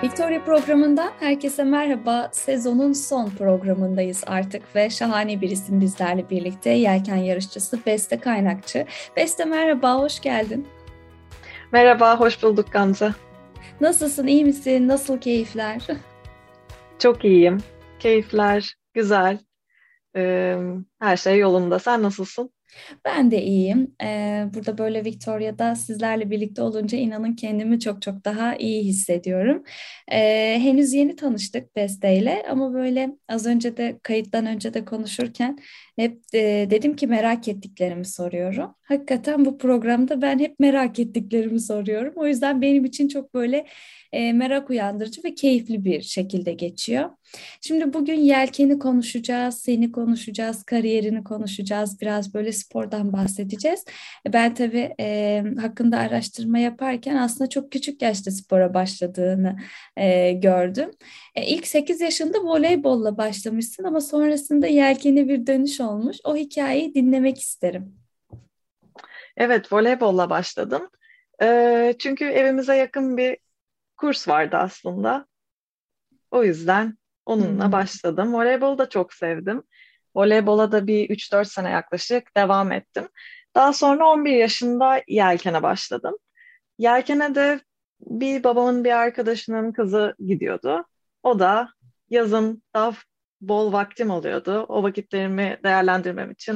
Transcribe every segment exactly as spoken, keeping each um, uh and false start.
Victoria programından herkese merhaba. Sezonun son programındayız artık ve şahane bir isim bizlerle birlikte. Yelken yarışçısı Beste Kaynakçı. Beste merhaba, hoş geldin. Merhaba, hoş bulduk Gamze. Nasılsın, iyi misin? Nasıl keyifler? Çok iyiyim. Keyifler güzel. Ee, her şey yolunda. Sen nasılsın? Ben de iyiyim. Ee, burada böyle Victoria'da sizlerle birlikte olunca inanın kendimi çok çok daha iyi hissediyorum. Ee, henüz yeni tanıştık Beste'yle ama böyle az önce de kayıttan önce de konuşurken hep e, dedim ki merak ettiklerimi soruyorum. Hakikaten bu programda ben hep merak ettiklerimi soruyorum. O yüzden benim için çok böyle e, merak uyandırıcı ve keyifli bir şekilde geçiyor. Şimdi bugün yelkeni konuşacağız, seni konuşacağız, kariyerini konuşacağız, biraz böyle spordan bahsedeceğiz. Ben tabii e, hakkında araştırma yaparken aslında çok küçük yaşta spora başladığını e, gördüm. E, ilk sekiz yaşında voleybolla başlamışsın ama sonrasında yelkeni bir dönüş olmuş. O hikayeyi dinlemek isterim. Evet, voleybolla başladım. Ee, çünkü evimize yakın bir kurs vardı aslında. O yüzden onunla Hmm. başladım. Voleybolu da çok sevdim. Voleybola da bir üç dört sene yaklaşık devam ettim. Daha sonra on bir yaşında yelkene başladım. Yelkene de bir babamın bir arkadaşının kızı gidiyordu. O da yazın daha bol vaktim oluyordu. O vakitlerimi değerlendirmem için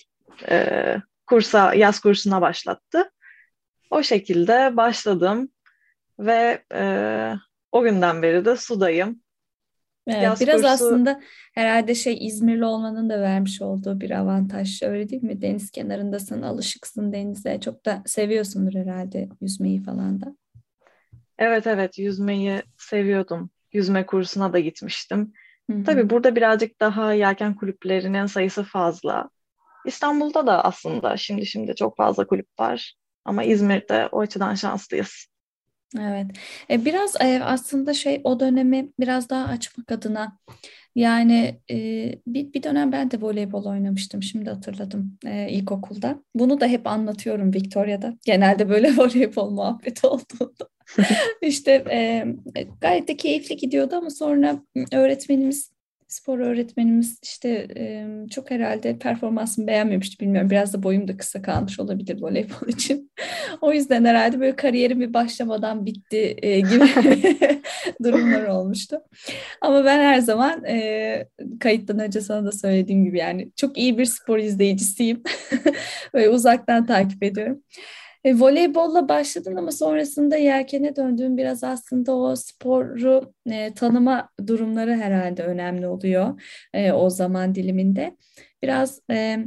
e, kursa, yaz kursuna başlattı. O şekilde başladım ve e, o günden beri de sudayım. Evet, Yaz biraz kursu, aslında herhalde şey İzmirli olmanın da vermiş olduğu bir avantaj. Öyle değil mi? Deniz kenarındasın, alışıksın denize. Çok da seviyorsundur herhalde yüzmeyi falan da. evet evet yüzmeyi seviyordum. Yüzme kursuna da gitmiştim. Hı hı. Tabii burada birazcık daha yelken kulüplerinin sayısı fazla. İstanbul'da da aslında şimdi şimdi çok fazla kulüp var. Ama İzmir'de o açıdan şanslıyız. Evet. E, biraz e, aslında şey o dönemi biraz daha açmak adına yani e, bir, bir dönem ben de voleybol oynamıştım. Şimdi hatırladım e, ilkokulda. Bunu da hep anlatıyorum Victoria'da. Genelde böyle voleybol muhabbeti olduğunda. İşte e, gayet de keyifli gidiyordu ama sonra öğretmenimiz, spor öğretmenimiz işte e, çok herhalde performansımı beğenmemişti bilmiyorum. Biraz da boyum da kısa kalmış olabilir voleybol için. O yüzden herhalde böyle kariyerim bir başlamadan bitti e, gibi durumlar olmuştu. Ama ben her zaman e, kayıttan önce sana da söylediğim gibi yani çok iyi bir spor izleyicisiyim. Böyle uzaktan takip ediyorum. E, voleybolla başladın ama sonrasında yelkene döndüğün biraz aslında o sporu e, tanıma durumları herhalde önemli oluyor e, o zaman diliminde. Biraz e,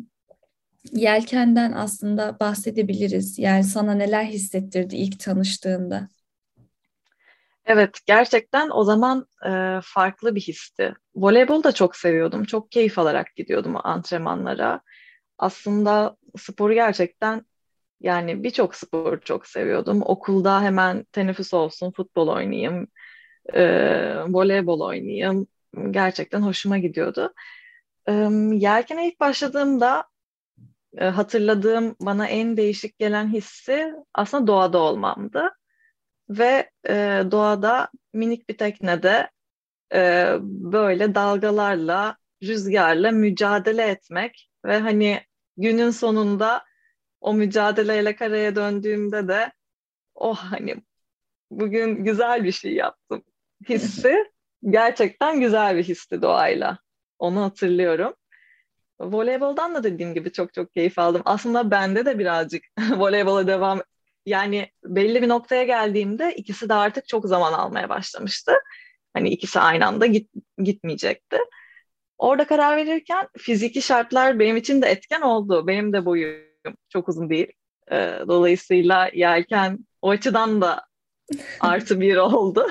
yelkenden aslında bahsedebiliriz. Yani sana neler hissettirdi ilk tanıştığında? Evet, gerçekten o zaman e, farklı bir histi. Voleybolu da çok seviyordum. Çok keyif alarak gidiyordum antrenmanlara. Aslında sporu gerçekten yani birçok sporu çok seviyordum. Okulda hemen teneffüs olsun, futbol oynayayım, e, voleybol oynayayım. Gerçekten hoşuma gidiyordu. E, Yelkene ilk başladığımda e, hatırladığım bana en değişik gelen hissi aslında doğada olmamdı. Ve e, doğada minik bir teknede e, böyle dalgalarla, rüzgarla mücadele etmek ve hani günün sonunda o mücadeleyle karaya döndüğümde de oh hani bugün güzel bir şey yaptım hissi gerçekten güzel bir histi doğayla. Onu hatırlıyorum. Voleyboldan da dediğim gibi çok çok keyif aldım. Aslında bende de birazcık voleybola devam yani belli bir noktaya geldiğimde ikisi de artık çok zaman almaya başlamıştı. Hani ikisi aynı anda git, gitmeyecekti. Orada karar verirken fiziki şartlar benim için de etken oldu. Benim de boyum çok uzun değil. Ee, dolayısıyla yelken o açıdan da artı bir oldu.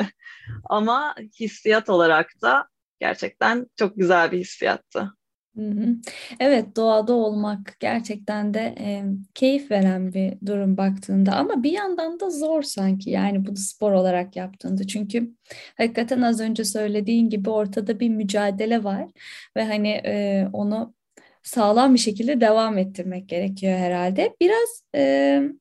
Ama hissiyat olarak da gerçekten çok güzel bir hissiyattı. Hı hı. Evet, doğada olmak gerçekten de e, keyif veren bir durum baktığında ama bir yandan da zor sanki yani bunu spor olarak yaptığında çünkü hakikaten az önce söylediğin gibi ortada bir mücadele var ve hani e, onu sağlam bir şekilde devam ettirmek gerekiyor herhalde. Biraz e,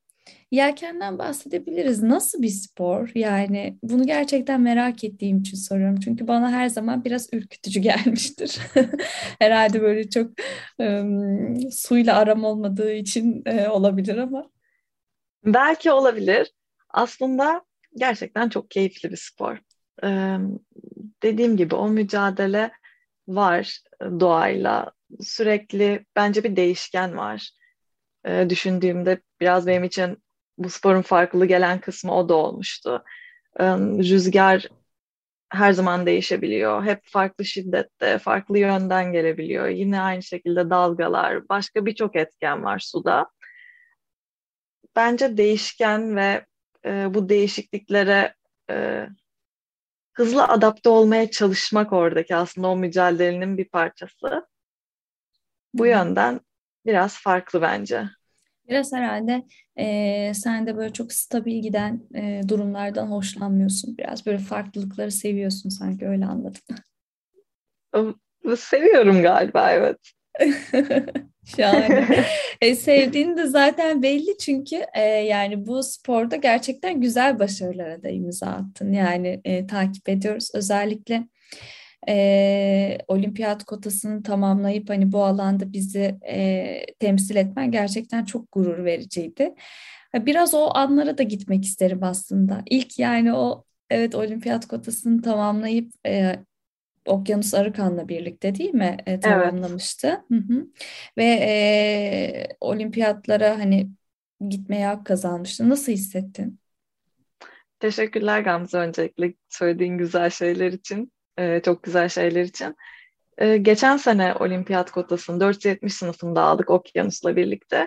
Yelkenden bahsedebiliriz. Nasıl bir spor? Yani bunu gerçekten merak ettiğim için soruyorum. Çünkü bana her zaman biraz ürkütücü gelmiştir. Herhalde böyle çok ım, suyla aram olmadığı için e, olabilir ama. Belki olabilir. Aslında gerçekten çok keyifli bir spor. Ee, Dediğim gibi o mücadele var doğayla. Sürekli bence bir değişken var. Ee, düşündüğümde biraz benim için bu sporun farklı gelen kısmı o da olmuştu. Ee, Rüzgar her zaman değişebiliyor. Hep farklı şiddette, farklı yönden gelebiliyor. Yine aynı şekilde dalgalar, başka birçok etken var suda. Bence değişken ve e, bu değişikliklere e, hızlı adapte olmaya çalışmak oradaki aslında o mücadelenin bir parçası. Hı Bu hı. yönden biraz farklı bence. Biraz herhalde e, sen de böyle çok stabil giden e, durumlardan hoşlanmıyorsun. Biraz böyle farklılıkları seviyorsun sanki öyle anladım. Ee, Seviyorum galiba, evet. Şahane. E, sevdiğin de zaten belli çünkü e, yani bu sporda gerçekten güzel başarılara da imza attın. Yani e, takip ediyoruz. Özellikle e, olimpiyat kotasını tamamlayıp hani bu alanda bizi e, temsil etmen gerçekten çok gurur vericiydi. Ha, biraz o anlara da gitmek isterim aslında. İlk yani o evet olimpiyat kotasını tamamlayıp e, Okyanus Arıkan'la birlikte değil mi e, Evet. tamamlamıştı. Hı hı. Ve e, olimpiyatlara hani gitmeye hak kazanmıştı. Nasıl hissettin? Teşekkürler Gamze, öncelikle söylediğin güzel şeyler için, e, çok güzel şeyler için. E, geçen sene olimpiyat kotasını dört yüz yetmiş sınıfında aldık Okyanus'la birlikte.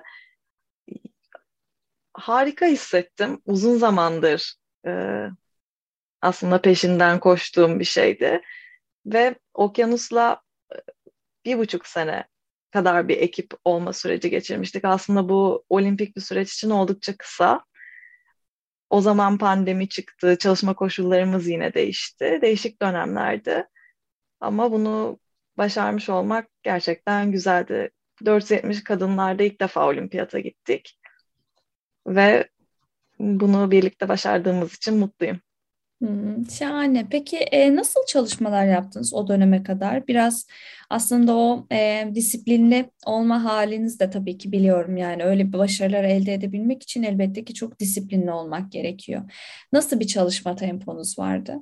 Harika hissettim. Uzun zamandır e, aslında peşinden koştuğum bir şeydi. Ve Okyanus'la bir buçuk sene kadar bir ekip olma süreci geçirmiştik. Aslında bu olimpik bir süreç için oldukça kısa. O zaman pandemi çıktı, çalışma koşullarımız yine değişti. Değişik dönemlerdi. Ama bunu başarmış olmak gerçekten güzeldi. dört yüz yetmiş kadınlarda ilk defa olimpiyata gittik ve bunu birlikte başardığımız için mutluyum. Hmm, şahane. Peki e, nasıl çalışmalar yaptınız o döneme kadar? Biraz aslında o e, disiplinli olma haliniz de tabii ki biliyorum yani öyle bir başarılar elde edebilmek için elbette ki çok disiplinli olmak gerekiyor. Nasıl bir çalışma temponuz vardı?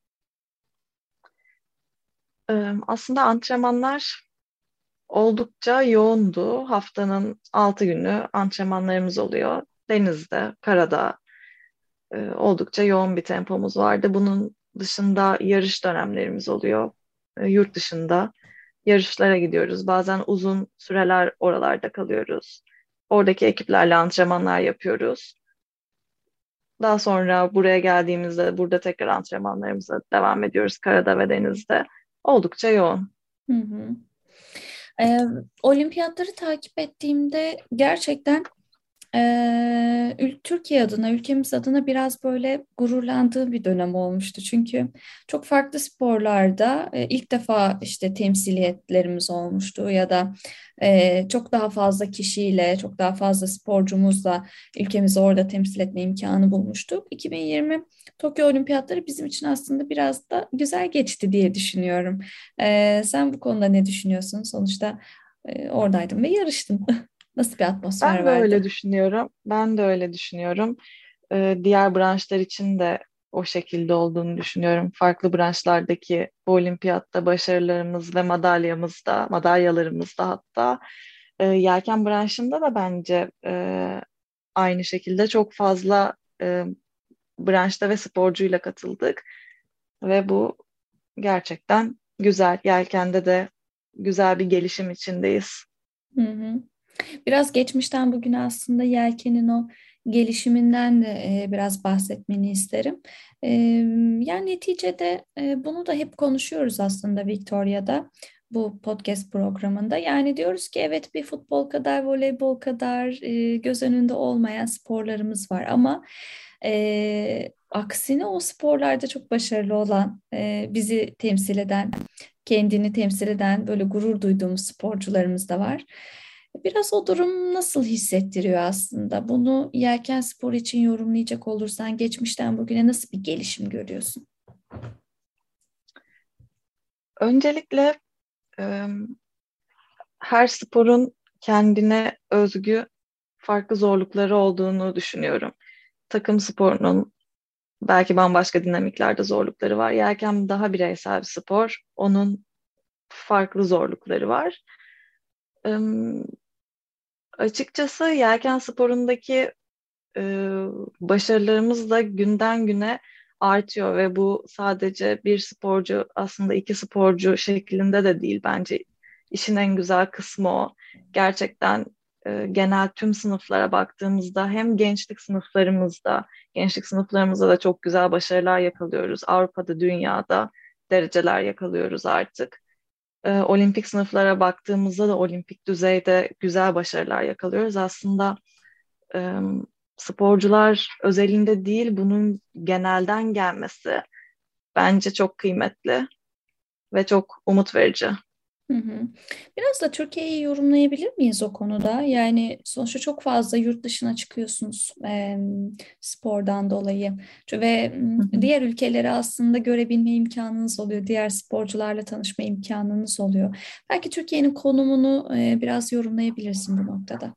Ee, Aslında antrenmanlar oldukça yoğundu. Haftanın altı günü antrenmanlarımız oluyor. Denizde, karada e, oldukça yoğun bir tempomuz vardı. Bunun dışında yarış dönemlerimiz oluyor. E, yurt dışında yarışlara gidiyoruz. Bazen uzun süreler oralarda kalıyoruz. Oradaki ekiplerle antrenmanlar yapıyoruz. Daha sonra buraya geldiğimizde burada tekrar antrenmanlarımıza devam ediyoruz karada ve denizde. Oldukça yoğun. Hı hı. Ee, Olimpiyatları takip ettiğimde gerçekten Ee, ül- Türkiye adına, ülkemiz adına biraz böyle gururlandığım bir dönem olmuştu. Çünkü çok farklı sporlarda e, ilk defa işte temsiliyetlerimiz olmuştu ya da e, çok daha fazla kişiyle, çok daha fazla sporcumuzla ülkemizi orada temsil etme imkanı bulmuştuk. iki bin yirmi Tokyo Olimpiyatları bizim için aslında biraz da güzel geçti diye düşünüyorum. Ee, sen bu konuda ne düşünüyorsun? Sonuçta e, oradaydın ve yarıştın. Nasıl bir atmosfer Ben de vardı? öyle düşünüyorum. Ben de öyle düşünüyorum. Ee, diğer branşlar için de o şekilde olduğunu düşünüyorum. Farklı branşlardaki bu olimpiyatta başarılarımız ve madalyamız da, madalyalarımız da hatta e, yelken branşında da bence e, aynı şekilde çok fazla e, branşta ve sporcuyla katıldık ve bu gerçekten güzel. Yelkende de güzel bir gelişim içindeyiz. Hı hı. Biraz geçmişten bugüne aslında yelkenin o gelişiminden de e, biraz bahsetmeni isterim. E, Yani neticede e, bunu da hep konuşuyoruz aslında Victoria'da bu podcast programında. Yani diyoruz ki evet bir futbol kadar, voleybol kadar e, göz önünde olmayan sporlarımız var ama e, aksine o sporlarda çok başarılı olan, e, bizi temsil eden, kendini temsil eden böyle gurur duyduğumuz sporcularımız da var. Biraz o durum nasıl hissettiriyor aslında? Bunu yelken sporu için yorumlayacak olursan geçmişten bugüne nasıl bir gelişim görüyorsun? Öncelikle e, her sporun kendine özgü farklı zorlukları olduğunu düşünüyorum. Takım sporunun belki bambaşka dinamiklerde zorlukları var. Yelken daha bireysel bir spor. Onun farklı zorlukları var. Im, Açıkçası yelken sporundaki e, başarılarımız da günden güne artıyor ve bu sadece bir sporcu, aslında iki sporcu şeklinde de değil bence. İşin en güzel kısmı o. Gerçekten e, genel tüm sınıflara baktığımızda hem gençlik sınıflarımızda, gençlik sınıflarımızda da çok güzel başarılar yakalıyoruz. Avrupa'da, dünyada dereceler yakalıyoruz artık. E, olimpik sınıflara baktığımızda da olimpik düzeyde güzel başarılar yakalıyoruz. Aslında e, sporcular özelinde değil, bunun genelden gelmesi bence çok kıymetli ve çok umut verici. Hı hı. Biraz da Türkiye'yi yorumlayabilir miyiz o konuda? Yani sonuçta çok fazla yurt dışına çıkıyorsunuz e, spordan dolayı. Ço- ve Hı m, hı. diğer ülkeleri aslında görebilme imkanınız oluyor. Diğer sporcularla tanışma imkanınız oluyor. Belki Türkiye'nin konumunu e, biraz yorumlayabilirsin bu noktada.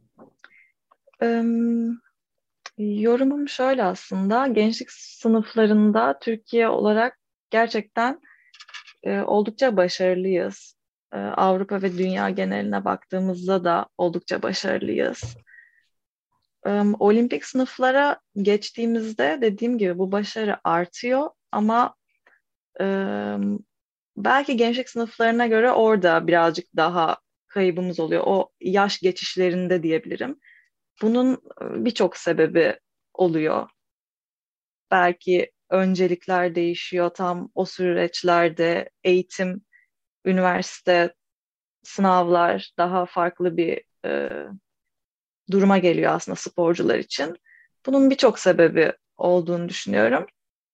Em, Yorumum şöyle aslında, gençlik sınıflarında Türkiye olarak gerçekten e, oldukça başarılıyız. E, Avrupa ve dünya geneline baktığımızda da oldukça başarılıyız. Em, olimpik sınıflara geçtiğimizde dediğim gibi bu başarı artıyor ama em, belki gençlik sınıflarına göre orada birazcık daha kaybımız oluyor. O yaş geçişlerinde diyebilirim. Bunun e, birçok sebebi oluyor. Belki öncelikler değişiyor tam o süreçlerde eğitim, üniversite, sınavlar daha farklı bir e, duruma geliyor aslında sporcular için. Bunun birçok sebebi olduğunu düşünüyorum.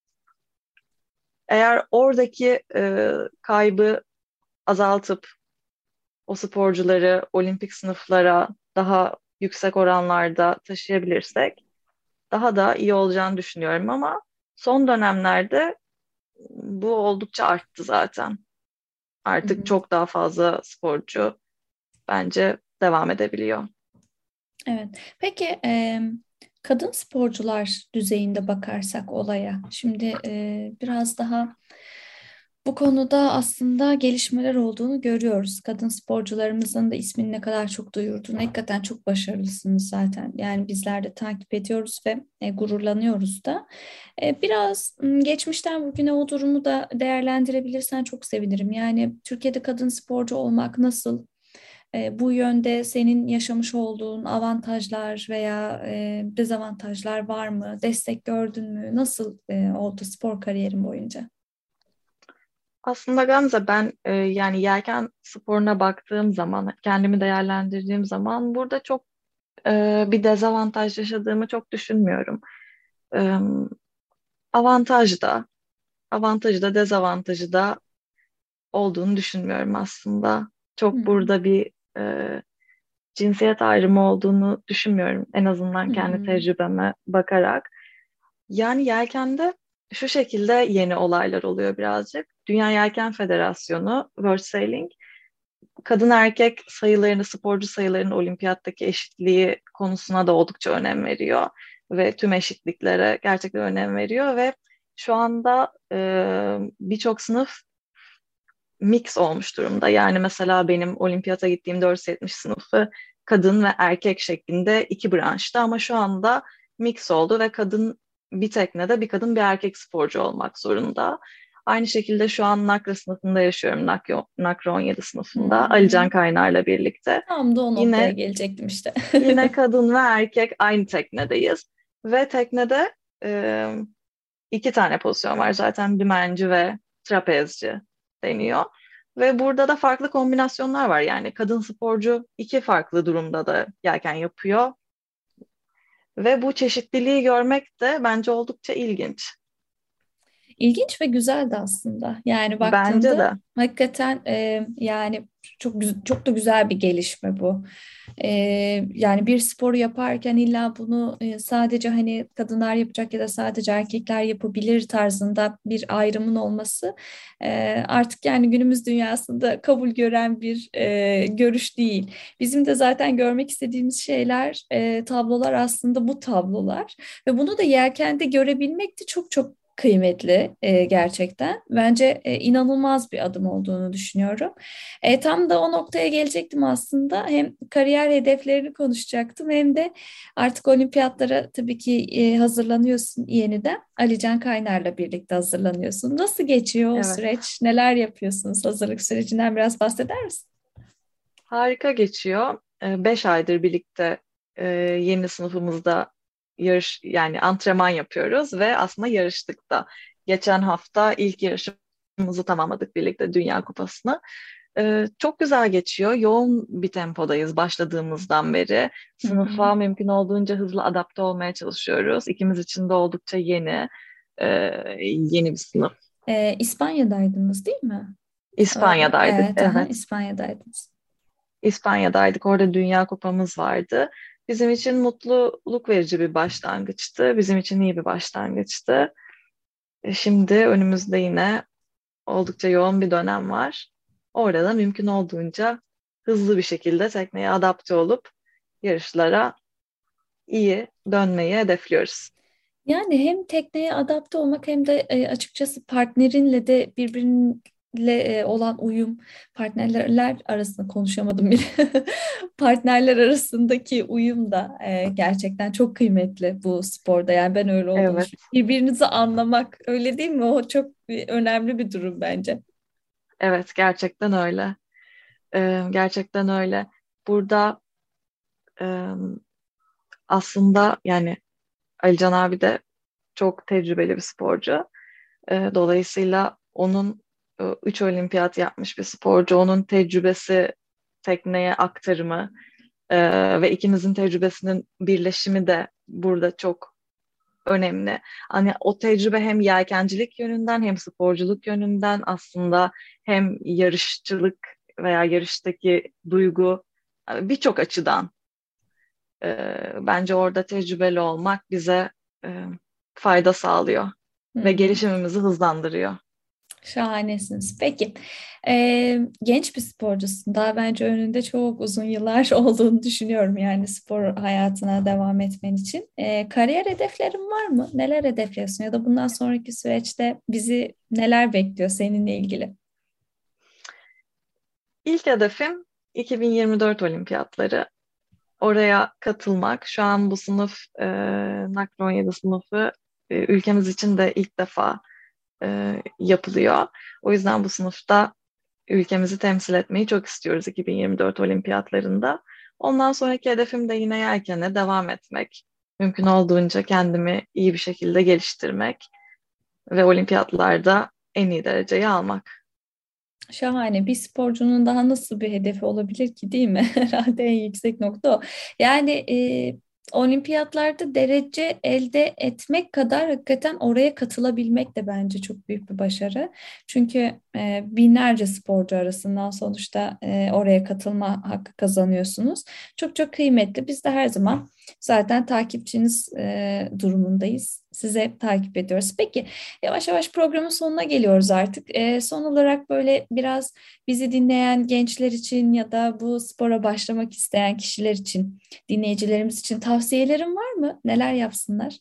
Eğer oradaki e, kaybı azaltıp o sporcuları olimpik sınıflara daha yüksek oranlarda taşıyabilirsek daha da iyi olacağını düşünüyorum ama son dönemlerde bu oldukça arttı zaten. Hı Artık hı. çok daha fazla sporcu bence devam edebiliyor. Evet. Peki e, kadın sporcular düzeyinde bakarsak olaya, şimdi e, biraz daha bu konuda aslında gelişmeler olduğunu görüyoruz. Kadın sporcularımızın da ismini ne kadar çok duyurduğunu, hakikaten çok başarılısınız zaten. Yani bizler de takip ediyoruz ve e, gururlanıyoruz da. E, biraz m, geçmişten bugüne o durumu da değerlendirebilirsen çok sevinirim. Yani Türkiye'de kadın sporcu olmak nasıl? E, bu yönde senin yaşamış olduğun avantajlar veya e, dezavantajlar var mı? Destek gördün mü? Nasıl e, oldu spor kariyerin boyunca? Aslında Gamze ben e, yani yelken sporuna baktığım zaman, kendimi değerlendirdiğim zaman burada çok e, bir dezavantaj yaşadığımı çok düşünmüyorum. E, Avantaj da, avantajı da dezavantajı da olduğunu düşünmüyorum aslında. Hı Çok hı. burada bir e, cinsiyet ayrımı olduğunu düşünmüyorum. En azından Hı kendi hı. tecrübeme bakarak. Yani yelkende şu şekilde yeni olaylar oluyor birazcık. Dünya Yelken Federasyonu, World Sailing, kadın erkek sayılarını, sporcu sayılarının olimpiyattaki eşitliği konusuna da oldukça önem veriyor. Ve tüm eşitliklere gerçekten önem veriyor ve şu anda e, birçok sınıf mix olmuş durumda. Yani mesela benim olimpiyata gittiğim dört yüz yetmiş sınıfı kadın ve erkek şeklinde iki branştı ama şu anda mix oldu ve kadın bir teknede bir kadın bir erkek sporcu olmak zorunda. Aynı şekilde şu an Nakra sınıfında yaşıyorum. Nakra, Nakra on yedi Hı sınıfında. hı. Alican Kaynar'la birlikte. Tam da o noktaya Yine gelecektim işte. yine kadın ve erkek aynı teknedeyiz. Ve teknede e, iki tane pozisyon var zaten, dümenci ve trapezci deniyor. Ve burada da farklı kombinasyonlar var. Yani kadın sporcu iki farklı durumda da yelken yapıyor. Ve bu çeşitliliği görmek de bence oldukça ilginç. İlginç ve güzeldi aslında. Yani Bence baktığında de. hakikaten e, yani çok güz- çok da güzel bir gelişme bu. E, Yani bir sporu yaparken illa bunu e, sadece hani kadınlar yapacak ya da sadece erkekler yapabilir tarzında bir ayrımın olması e, artık yani günümüz dünyasında kabul gören bir e, görüş değil. Bizim de zaten görmek istediğimiz şeyler, e, tablolar aslında bu tablolar. Ve bunu da yelkende görebilmek de çok çok kıymetli e, gerçekten. Bence e, inanılmaz bir adım olduğunu düşünüyorum. E, tam da o noktaya gelecektim aslında. Hem kariyer hedeflerini konuşacaktım hem de artık olimpiyatlara tabii ki e, hazırlanıyorsun yeniden. Ali Can Kaynar'la birlikte hazırlanıyorsun. Nasıl geçiyor o Evet. süreç? Neler yapıyorsunuz? Hazırlık sürecinden biraz bahseder misin? Harika geçiyor. Ee, Beş aydır birlikte e, yeni sınıfımızda yarış yani antrenman yapıyoruz ve aslında yarıştık da. Geçen hafta ilk yarışımızı tamamladık birlikte Dünya Kupası'nı. Ee, çok güzel geçiyor. Yoğun bir tempodayız başladığımızdan beri. Hı hı. Sınıfa mümkün olduğunca hızlı adapte olmaya çalışıyoruz. İkimiz için de oldukça yeni, e, yeni bir sınıf. E, İspanya'daydınız değil mi? Ee, İspanya'daydık, Evet, aha, evet. İspanya'daydınız. İspanya'daydık. Orada Dünya Kupamız vardı. Bizim için mutluluk verici bir başlangıçtı. Bizim için iyi bir başlangıçtı. E, Şimdi önümüzde yine oldukça yoğun bir dönem var. Orada da mümkün olduğunca hızlı bir şekilde tekneye adapte olup yarışlara iyi dönmeyi hedefliyoruz. Yani hem tekneye adapte olmak hem de e, açıkçası partnerinle de birbiriyle e, olan uyum, partnerler arasında konuşamadım bile. Partnerler arasındaki uyum da e, gerçekten çok kıymetli bu sporda. Yani ben öyle olduğunu Evet, düşünüyorum. Birbirinizi anlamak öyle değil mi? O çok bir- önemli bir durum bence. evet gerçekten öyle. Ee, gerçekten öyle. Burada e, aslında yani Alican abi de çok tecrübeli bir sporcu. E, dolayısıyla onun e, üç olimpiyat yapmış bir sporcu. Onun tecrübesi tekneye aktarımı e, ve ikimizin tecrübesinin birleşimi de burada çok önemli. Hani o tecrübe hem yelkencilik yönünden hem sporculuk yönünden aslında hem yarışçılık veya yarıştaki duygu e, birçok açıdan e, bence orada tecrübeli olmak bize e, fayda sağlıyor Hı ve hı. gelişimimizi hızlandırıyor. Şahanesiniz. Peki, e, genç bir sporcusun. Daha bence önünde çok uzun yıllar olduğunu düşünüyorum. Yani spor hayatına devam etmen için. E, kariyer hedeflerin var mı? Neler hedefliyorsun? Ya da bundan sonraki süreçte bizi neler bekliyor seninle ilgili? İlk hedefim iki bin yirmi dört olimpiyatları. Oraya katılmak. Şu an bu sınıf e, Nakron on yedi sınıfı e, ülkemiz için de ilk defa e, yapılıyor. O yüzden bu sınıfta ülkemizi temsil etmeyi çok istiyoruz iki bin yirmi dört olimpiyatlarında. Ondan sonraki hedefim de yine yelkene devam etmek. Mümkün olduğunca kendimi iyi bir şekilde geliştirmek ve olimpiyatlarda en iyi dereceyi almak. Şahane. Bir sporcunun daha nasıl bir hedefi olabilir ki, değil mi? Herhalde en yüksek nokta o. Yani e, olimpiyatlarda derece elde etmek kadar hakikaten oraya katılabilmek de bence çok büyük bir başarı. Çünkü e, binlerce sporcu arasından sonuçta e, oraya katılma hakkı kazanıyorsunuz. Çok çok kıymetli. Biz de her zaman zaten takipçiniz e, durumundayız. Size takip ediyoruz. Peki. Yavaş yavaş programın sonuna geliyoruz artık. Ee, son olarak böyle biraz bizi dinleyen gençler için ya da bu spora başlamak isteyen kişiler için, dinleyicilerimiz için tavsiyelerin var mı? Neler yapsınlar?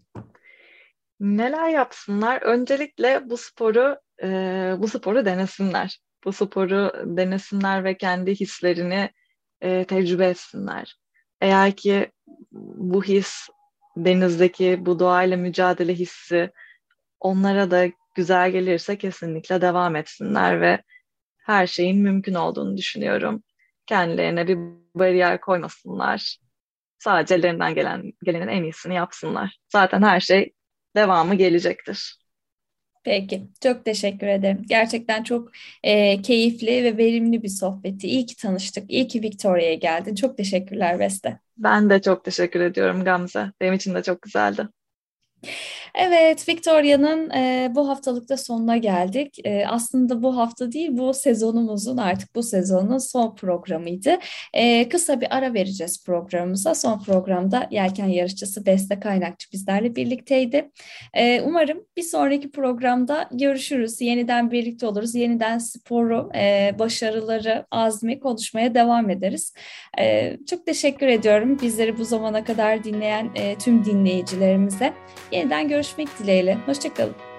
Neler yapsınlar? Öncelikle bu sporu e, bu sporu denesinler. Bu sporu denesinler ve kendi hislerini e, tecrübe etsinler. Eğer ki bu his denizdeki bu doğayla mücadele hissi onlara da güzel gelirse kesinlikle devam etsinler ve her şeyin mümkün olduğunu düşünüyorum. Kendilerine bir bariyer koymasınlar. Sadece ellerinden gelen gelenin en iyisini yapsınlar. Zaten her şey devamı gelecektir. Peki, çok teşekkür ederim. Gerçekten çok e, keyifli ve verimli bir sohbetti. İyi ki tanıştık, iyi ki Victoria'ya geldin. Çok teşekkürler Beste. Ben de çok teşekkür ediyorum Gamze. Benim için de çok güzeldi. Evet, Victoria'nın e, bu haftalıkta sonuna geldik. E, aslında bu hafta değil, bu sezonumuzun artık bu sezonun son programıydı. E, kısa bir ara vereceğiz programımıza. Son programda yelken yarışçısı Beste Kaynakçı bizlerle birlikteydi. E, umarım bir sonraki programda görüşürüz. Yeniden birlikte oluruz. Yeniden sporu, e, başarıları, azmi konuşmaya devam ederiz. E, çok teşekkür ediyorum bizleri bu zamana kadar dinleyen e, tüm dinleyicilerimize. Yeniden görüşmek dileğiyle. Hoşça kalın.